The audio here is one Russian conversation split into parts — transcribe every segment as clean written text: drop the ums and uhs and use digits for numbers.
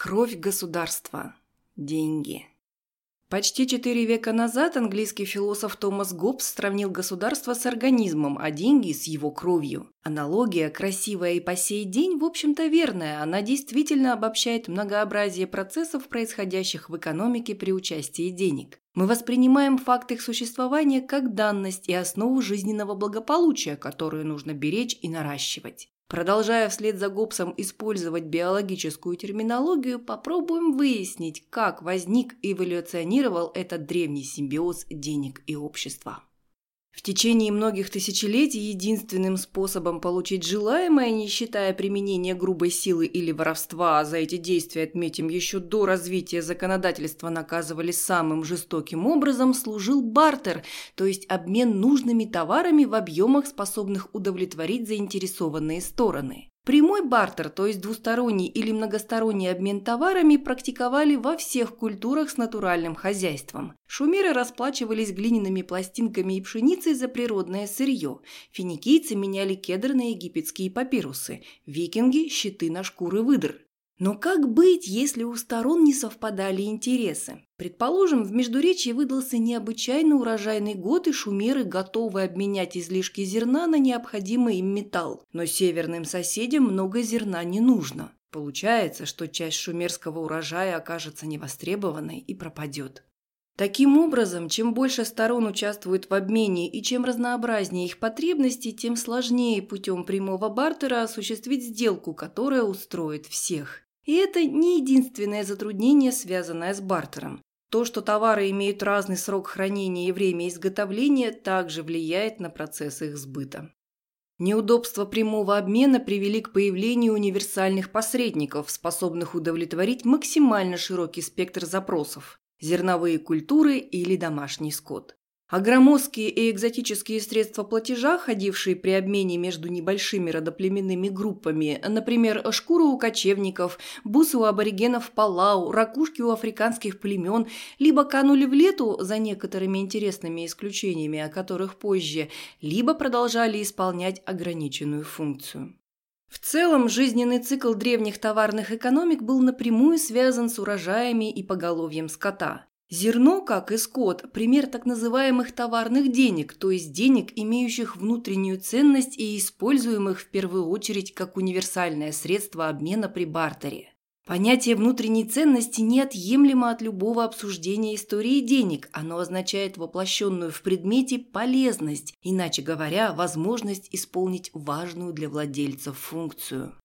Кровь государства. Деньги. Почти 4 века назад английский философ Томас Гоббс сравнил государство с организмом, а деньги с его кровью. Аналогия, красивая и по сей день, в общем-то верная. Она действительно обобщает многообразие процессов, происходящих в экономике при участии денег. Мы воспринимаем факт их существования как данность и основу жизненного благополучия, которую нужно беречь и наращивать. Продолжая вслед за Гоббсом использовать биологическую терминологию, попробуем выяснить, как возник и эволюционировал этот древний симбиоз денег и общества. В течение многих тысячелетий единственным способом получить желаемое, не считая применения грубой силы или воровства, а за эти действия, отметим, еще до развития законодательства наказывали самым жестоким образом, служил бартер, то есть обмен нужными товарами в объемах, способных удовлетворить заинтересованные стороны. Прямой бартер, то есть двусторонний или многосторонний обмен товарами, практиковали во всех культурах с натуральным хозяйством. Шумеры расплачивались глиняными пластинками и пшеницей за природное сырье. Финикийцы меняли кедр на египетские папирусы. Викинги – щиты на шкуры выдр. Но как быть, если у сторон не совпадали интересы? Предположим, в Междуречье выдался необычайно урожайный год, и шумеры готовы обменять излишки зерна на необходимый им металл. Но северным соседям много зерна не нужно. Получается, что часть шумерского урожая окажется невостребованной и пропадет. Таким образом, чем больше сторон участвует в обмене и чем разнообразнее их потребности, тем сложнее путем прямого бартера осуществить сделку, которая устроит всех. И это не единственное затруднение, связанное с бартером. То, что товары имеют разный срок хранения и время изготовления, также влияет на процесс их сбыта. Неудобства прямого обмена привели к появлению универсальных посредников, способных удовлетворить максимально широкий спектр запросов – зерновые культуры или домашний скот. А громоздкие и экзотические средства платежа, ходившие при обмене между небольшими родоплеменными группами, например, шкуры у кочевников, бусы у аборигенов Палау, ракушки у африканских племен, либо канули в лету, за некоторыми интересными исключениями, о которых позже, либо продолжали исполнять ограниченную функцию. В целом, жизненный цикл древних товарных экономик был напрямую связан с урожаями и поголовьем скота. Зерно, как и скот, пример так называемых товарных денег, то есть денег, имеющих внутреннюю ценность и используемых в первую очередь как универсальное средство обмена при бартере. Понятие внутренней ценности неотъемлемо от любого обсуждения истории денег. Оно означает воплощенную в предмете полезность, иначе говоря, возможность исполнить важную для владельцев функцию.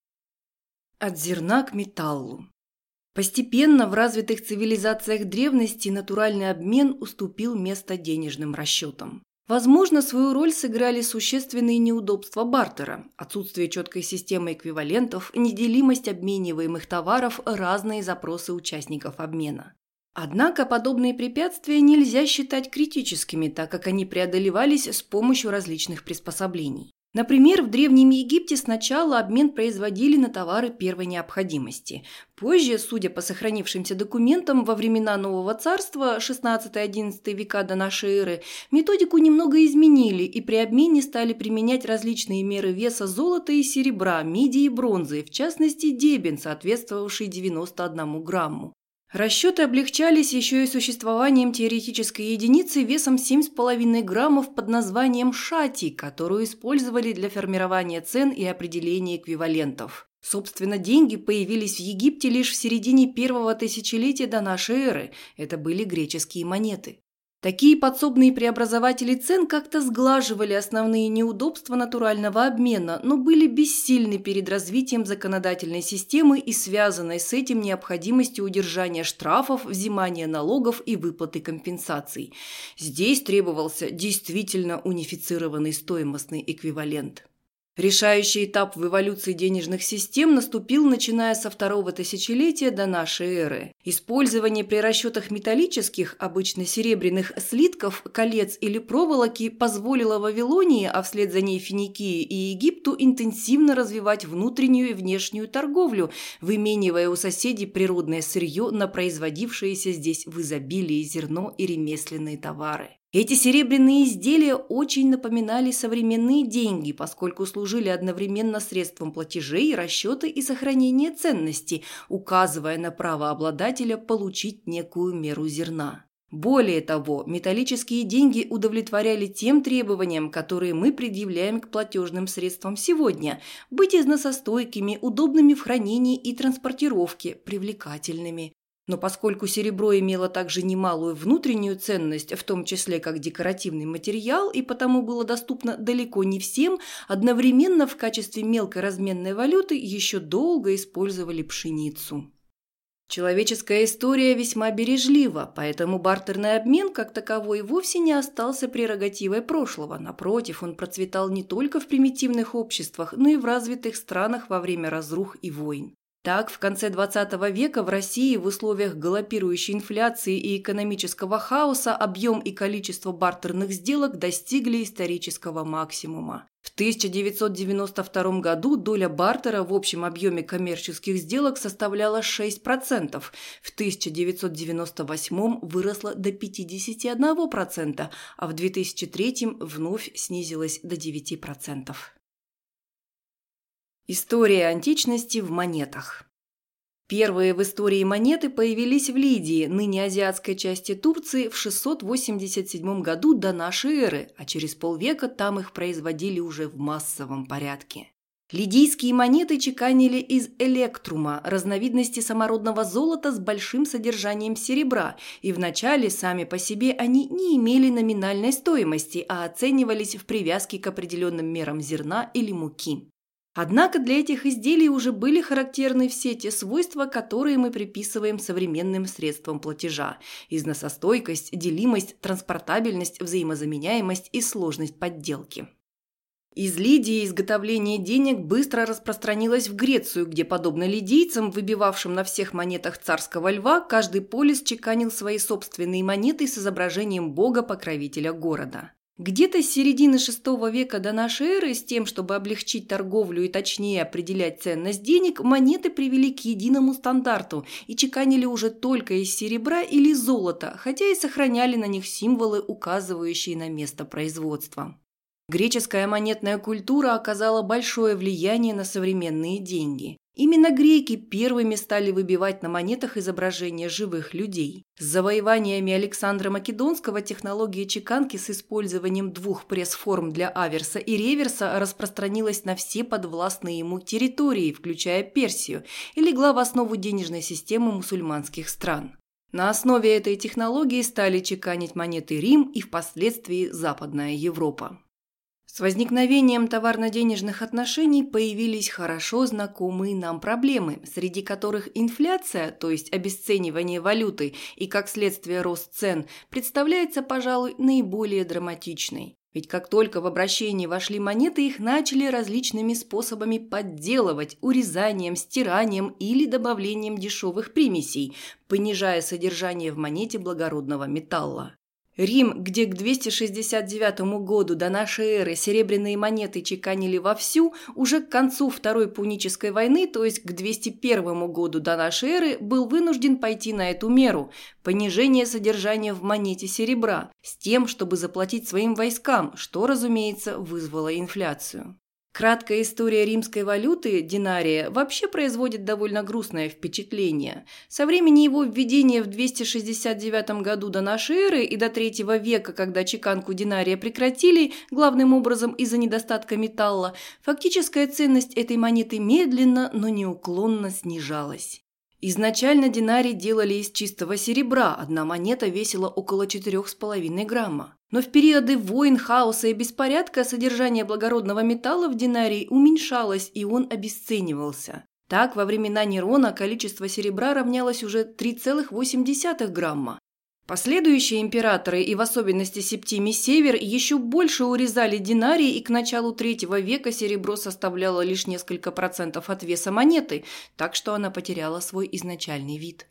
От зерна к металлу. Постепенно в развитых цивилизациях древности натуральный обмен уступил место денежным расчетам. Возможно, свою роль сыграли существенные неудобства бартера, отсутствие четкой системы эквивалентов, неделимость обмениваемых товаров, разные запросы участников обмена. Однако подобные препятствия нельзя считать критическими, так как они преодолевались с помощью различных приспособлений. Например, в Древнем Египте сначала обмен производили на товары первой необходимости. Позже, судя по сохранившимся документам, во времена Нового Царства, 16-11 века до нашей эры, методику немного изменили и при обмене стали применять различные меры веса золота и серебра, меди и бронзы, в частности дебен, соответствовавший 91 грамму. Расчеты облегчались еще и существованием теоретической единицы весом 7,5 граммов под названием шати, которую использовали для формирования цен и определения эквивалентов. Собственно, деньги появились в Египте лишь в середине первого тысячелетия до нашей эры. Это были греческие монеты. Такие подсобные преобразователи цен как-то сглаживали основные неудобства натурального обмена, но были бессильны перед развитием законодательной системы и связанной с этим необходимостью удержания штрафов, взимания налогов и выплаты компенсаций. Здесь требовался действительно унифицированный стоимостный эквивалент. Решающий этап в эволюции денежных систем наступил, начиная со второго тысячелетия до нашей эры. Использование при расчетах металлических, обычно серебряных, слитков, колец или проволоки позволило Вавилонии, а вслед за ней Финикии и Египту интенсивно развивать внутреннюю и внешнюю торговлю, выменивая у соседей природное сырье на производившееся здесь в изобилии зерно и ремесленные товары. Эти серебряные изделия очень напоминали современные деньги, поскольку служили одновременно средством платежей, расчета и сохранения ценности, указывая на право обладателя получить некую меру зерна. Более того, металлические деньги удовлетворяли тем требованиям, которые мы предъявляем к платежным средствам сегодня – быть износостойкими, удобными в хранении и транспортировке, привлекательными. Но поскольку серебро имело также немалую внутреннюю ценность, в том числе как декоративный материал, и потому было доступно далеко не всем, одновременно в качестве мелкоразменной валюты еще долго использовали пшеницу. Человеческая история весьма бережлива, поэтому бартерный обмен как таковой вовсе не остался прерогативой прошлого. Напротив, он процветал не только в примитивных обществах, но и в развитых странах во время разрух и войн. Так, в конце XX века в России в условиях галопирующей инфляции и экономического хаоса объем и количество бартерных сделок достигли исторического максимума. В 1992 году доля бартера в общем объеме коммерческих сделок составляла 6%, в 1998 выросла до 51%, а в 2003 вновь снизилась до 9%. История античности в монетах. Первые в истории монеты появились в Лидии, ныне азиатской части Турции, в 687 году до нашей эры, а через полвека там их производили уже в массовом порядке. Лидийские монеты чеканили из электрума, разновидности самородного золота с большим содержанием серебра, и вначале сами по себе они не имели номинальной стоимости, а оценивались в привязке к определенным мерам зерна или муки. Однако для этих изделий уже были характерны все те свойства, которые мы приписываем современным средствам платежа – износостойкость, делимость, транспортабельность, взаимозаменяемость и сложность подделки. Из Лидии изготовление денег быстро распространилось в Грецию, где, подобно лидийцам, выбивавшим на всех монетах царского льва, каждый полис чеканил свои собственные монеты с изображением бога-покровителя города. Где-то с середины VI века до нашей эры, с тем, чтобы облегчить торговлю и точнее определять ценность денег, монеты привели к единому стандарту и чеканили уже только из серебра или золота, хотя и сохраняли на них символы, указывающие на место производства. Греческая монетная культура оказала большое влияние на современные деньги. Именно греки первыми стали выбивать на монетах изображения живых людей. С завоеваниями Александра Македонского технология чеканки с использованием двух пресс-форм для аверса и реверса распространилась на все подвластные ему территории, включая Персию, и легла в основу денежной системы мусульманских стран. На основе этой технологии стали чеканить монеты Рим и впоследствии Западная Европа. С возникновением товарно-денежных отношений появились хорошо знакомые нам проблемы, среди которых инфляция, то есть обесценивание валюты и, как следствие, рост цен, представляется, пожалуй, наиболее драматичной. Ведь как только в обращение вошли монеты, их начали различными способами подделывать, урезанием, стиранием или добавлением дешевых примесей, понижая содержание в монете благородного металла. Рим, где к 269 году до нашей эры серебряные монеты чеканили вовсю, уже к концу Второй Пунической войны, то есть к 201 году до нашей эры, был вынужден пойти на эту меру – понижение содержания в монете серебра, с тем, чтобы заплатить своим войскам, что, разумеется, вызвало инфляцию. Краткая история римской валюты, динария, вообще производит довольно грустное впечатление. Со времени его введения в 269 году до нашей эры и до III века, когда чеканку динария прекратили, главным образом из-за недостатка металла, фактическая ценность этой монеты медленно, но неуклонно снижалась. Изначально динарий делали из чистого серебра, одна монета весила около 4,5 грамма. Но в периоды войн, хаоса и беспорядка содержание благородного металла в динарии уменьшалось, и он обесценивался. Так, во времена Нерона количество серебра равнялось уже 3,8 грамма. Последующие императоры, и в особенности Септимий Север, еще больше урезали динарий, и к началу III века серебро составляло лишь несколько процентов от веса монеты, так что она потеряла свой изначальный вид.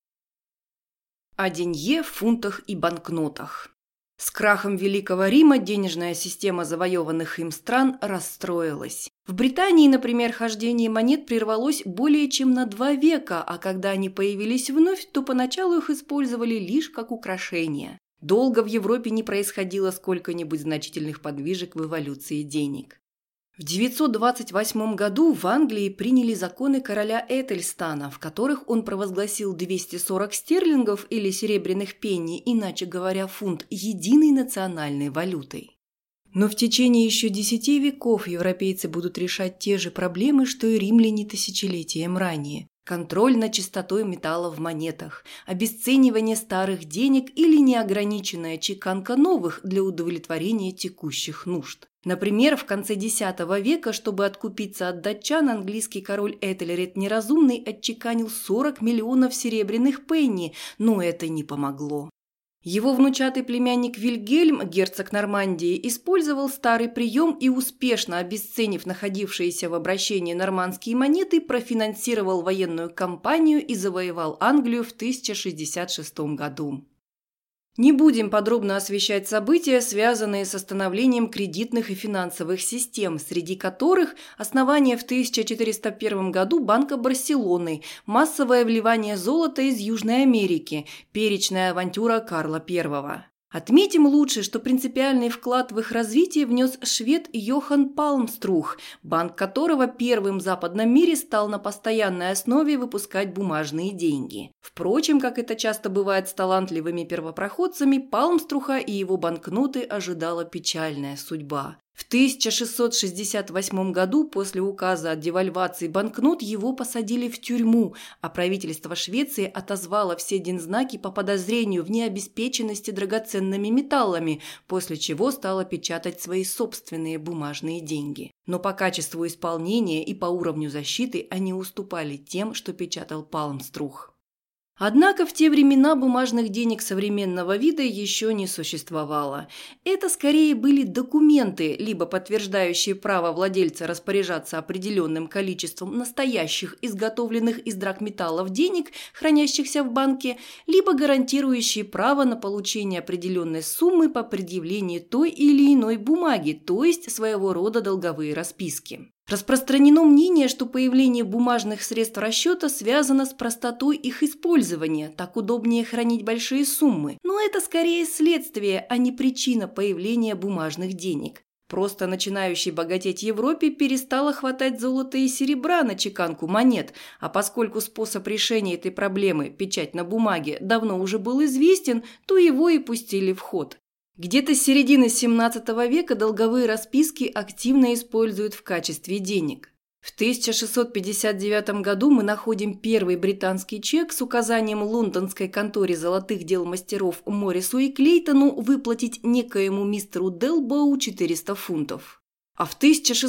О денье, фунтах и банкнотах. С крахом Великого Рима денежная система завоеванных им стран расстроилась. В Британии, например, хождение монет прервалось более чем на 2 века, а когда они появились вновь, то поначалу их использовали лишь как украшение. Долго в Европе не происходило сколько-нибудь значительных подвижек в эволюции денег. В 928 году в Англии приняли законы короля Этельстана, в которых он провозгласил 240 стерлингов или серебряных пенни, иначе говоря, фунт, единой национальной валютой. Но в течение еще 10 веков европейцы будут решать те же проблемы, что и римляне тысячелетием ранее. Контроль над чистотой металла в монетах, обесценивание старых денег или неограниченная чеканка новых для удовлетворения текущих нужд. Например, в конце X века, чтобы откупиться от датчан, английский король Этельред Неразумный отчеканил 40 миллионов серебряных пенни, но это не помогло. Его внучатый племянник Вильгельм, герцог Нормандии, использовал старый прием и, успешно обесценив находившиеся в обращении нормандские монеты, профинансировал военную кампанию и завоевал Англию в 1066 году. Не будем подробно освещать события, связанные с становлением кредитных и финансовых систем, среди которых основание в 1401 году Банка Барселоны, массовое вливание золота из Южной Америки, перечная авантюра Карла I. Отметим лучше, что принципиальный вклад в их развитие внес швед Йохан Палмструх, банк которого первым в западном мире стал на постоянной основе выпускать бумажные деньги. Впрочем, как это часто бывает с талантливыми первопроходцами, Палмструха и его банкноты ожидала печальная судьба. В 1668 году после указа о девальвации банкнот его посадили в тюрьму, а правительство Швеции отозвало все дензнаки по подозрению в необеспеченности драгоценными металлами, после чего стало печатать свои собственные бумажные деньги. Но по качеству исполнения и по уровню защиты они уступали тем, что печатал Палмструх. Однако в те времена бумажных денег современного вида еще не существовало. Это скорее были документы, либо подтверждающие право владельца распоряжаться определенным количеством настоящих изготовленных из драгметаллов денег, хранящихся в банке, либо гарантирующие право на получение определенной суммы по предъявлении той или иной бумаги, то есть своего рода долговые расписки. Распространено мнение, что появление бумажных средств расчета связано с простотой их использования, так удобнее хранить большие суммы. Но это скорее следствие, а не причина появления бумажных денег. Просто начинающей богатеть Европе перестало хватать золота и серебра на чеканку монет, а поскольку способ решения этой проблемы, печать на бумаге, давно уже был известен, то его и пустили в ход. Где-то с середины 17 века долговые расписки активно используют в качестве денег. В 1659 году мы находим первый британский чек с указанием лондонской конторе золотых дел мастеров Моррису и Клейтону выплатить некоему мистеру Делбоу 400 фунтов. А в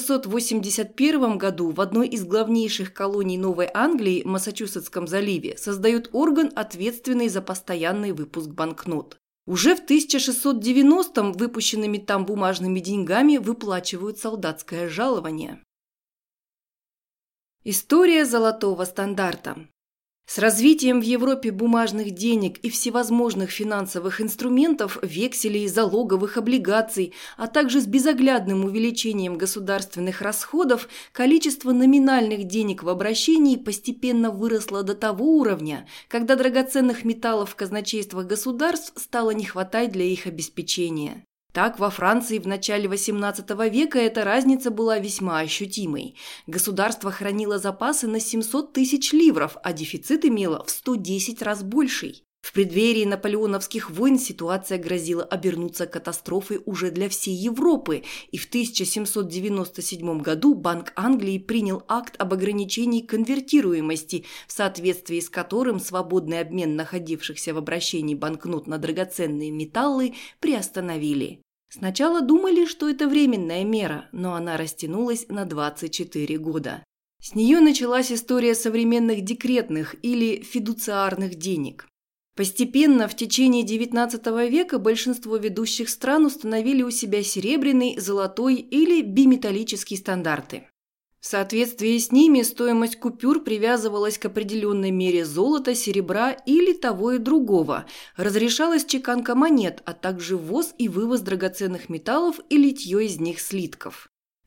1681 году в одной из главнейших колоний Новой Англии, Массачусетском заливе, создают орган, ответственный за постоянный выпуск банкнот. Уже в 1690-м выпущенными там бумажными деньгами выплачивают солдатское жалование. История золотого стандарта. С развитием в Европе бумажных денег и всевозможных финансовых инструментов, векселей, залоговых облигаций, а также с безоглядным увеличением государственных расходов, количество номинальных денег в обращении постепенно выросло до того уровня, когда драгоценных металлов в казначействах государств стало не хватать для их обеспечения. Так, во Франции в начале XVIII века эта разница была весьма ощутимой. Государство хранило запасы на 700 тысяч ливров, а дефицит имело в 110 раз больший. В преддверии наполеоновских войн ситуация грозила обернуться катастрофой уже для всей Европы, и в 1797 году Банк Англии принял акт об ограничении конвертируемости, в соответствии с которым свободный обмен находившихся в обращении банкнот на драгоценные металлы приостановили. Сначала думали, что это временная мера, но она растянулась на 24 года. С нее началась история современных декретных или фидуциарных денег. Постепенно в течение XIX века большинство ведущих стран установили у себя серебряный, золотой или биметаллический стандарты. В соответствии с ними стоимость купюр привязывалась к определенной мере золота, серебра или того и другого, разрешалась чеканка монет, а также ввоз и вывоз драгоценных металлов и литье из них слитков.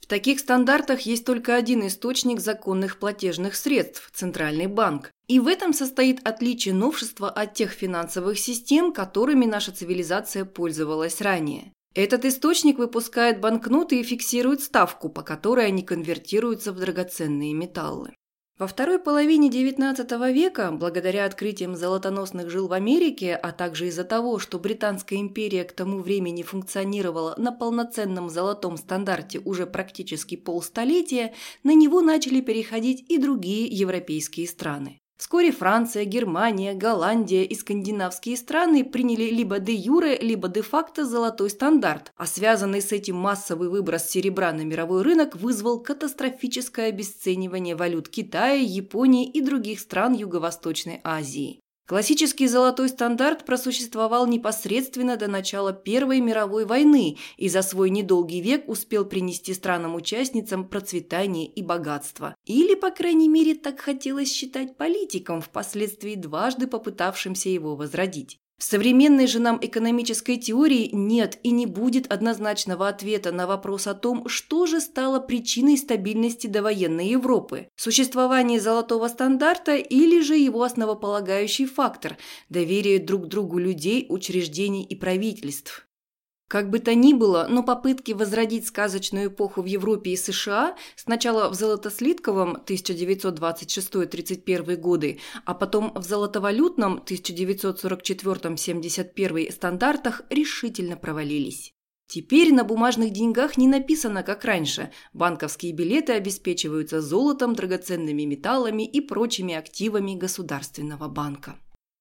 В таких стандартах есть только один источник законных платежных средств – Центральный банк. И в этом состоит отличие новшества от тех финансовых систем, которыми наша цивилизация пользовалась ранее. Этот источник выпускает банкноты и фиксирует ставку, по которой они конвертируются в драгоценные металлы. Во второй половине XIX века, благодаря открытиям золотоносных жил в Америке, а также из-за того, что Британская империя к тому времени функционировала на полноценном золотом стандарте уже практически полстолетия, на него начали переходить и другие европейские страны. Вскоре Франция, Германия, Голландия и скандинавские страны приняли либо де юре, либо де факто золотой стандарт, а связанный с этим массовый выброс серебра на мировой рынок вызвал катастрофическое обесценивание валют Китая, Японии и других стран Юго-Восточной Азии. Классический золотой стандарт просуществовал непосредственно до начала Первой мировой войны и за свой недолгий век успел принести странам-участницам процветание и богатство. Или, по крайней мере, так хотелось считать политикам, впоследствии дважды попытавшимся его возродить. В современной же нам экономической теории нет и не будет однозначного ответа на вопрос о том, что же стало причиной стабильности довоенной Европы – существование золотого стандарта или же его основополагающий фактор – доверие друг другу людей, учреждений и правительств. Как бы то ни было, но попытки возродить сказочную эпоху в Европе и США сначала в золотослитковом 1926-31 годы, а потом в золотовалютном 1944-71 стандартах решительно провалились. Теперь на бумажных деньгах не написано, как раньше. Банковские билеты обеспечиваются золотом, драгоценными металлами и прочими активами Государственного банка.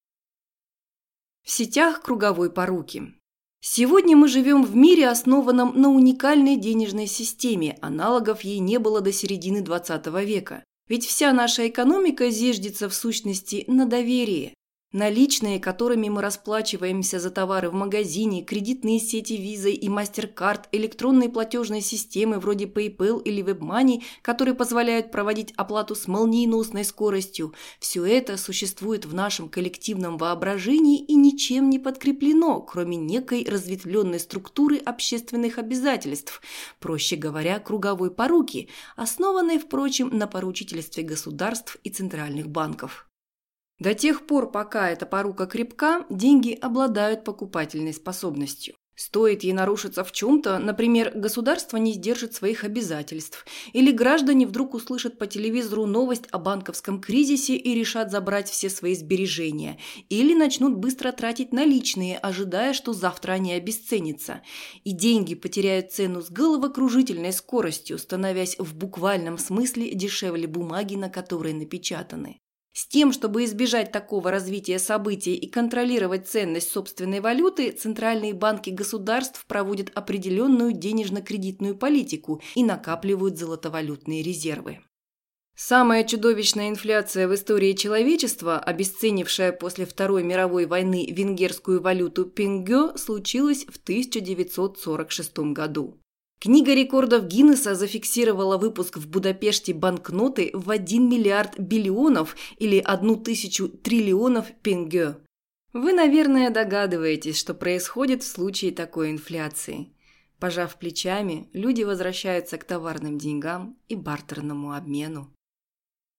В сетях круговой поруки. Сегодня мы живем в мире, основанном на уникальной денежной системе, аналогов ей не было до середины XX века. Ведь вся наша экономика зиждется в сущности на доверии. Наличные, которыми мы расплачиваемся за товары в магазине, кредитные сети Visa и MasterCard, электронные платежные системы вроде PayPal или WebMoney, которые позволяют проводить оплату с молниеносной скоростью – все это существует в нашем коллективном воображении и ничем не подкреплено, кроме некой разветвленной структуры общественных обязательств, проще говоря, круговой поруки, основанной, впрочем, на поручительстве государств и центральных банков. До тех пор, пока эта порука крепка, деньги обладают покупательной способностью. Стоит ей нарушиться в чем-то, например, государство не сдержит своих обязательств, или граждане вдруг услышат по телевизору новость о банковском кризисе и решат забрать все свои сбережения, или начнут быстро тратить наличные, ожидая, что завтра они обесценятся. И деньги потеряют цену с головокружительной скоростью, становясь в буквальном смысле дешевле бумаги, на которой напечатаны. С тем, чтобы избежать такого развития событий и контролировать ценность собственной валюты, центральные банки государств проводят определенную денежно-кредитную политику и накапливают золотовалютные резервы. Самая чудовищная инфляция в истории человечества, обесценившая после Второй мировой войны венгерскую валюту пенгё, случилась в 1946 году. Книга рекордов Гиннесса зафиксировала выпуск в Будапеште банкноты в 1 миллиард биллионов или 1000 триллионов пенгё. Вы, наверное, догадываетесь, что происходит в случае такой инфляции. Пожав плечами, люди возвращаются к товарным деньгам и бартерному обмену.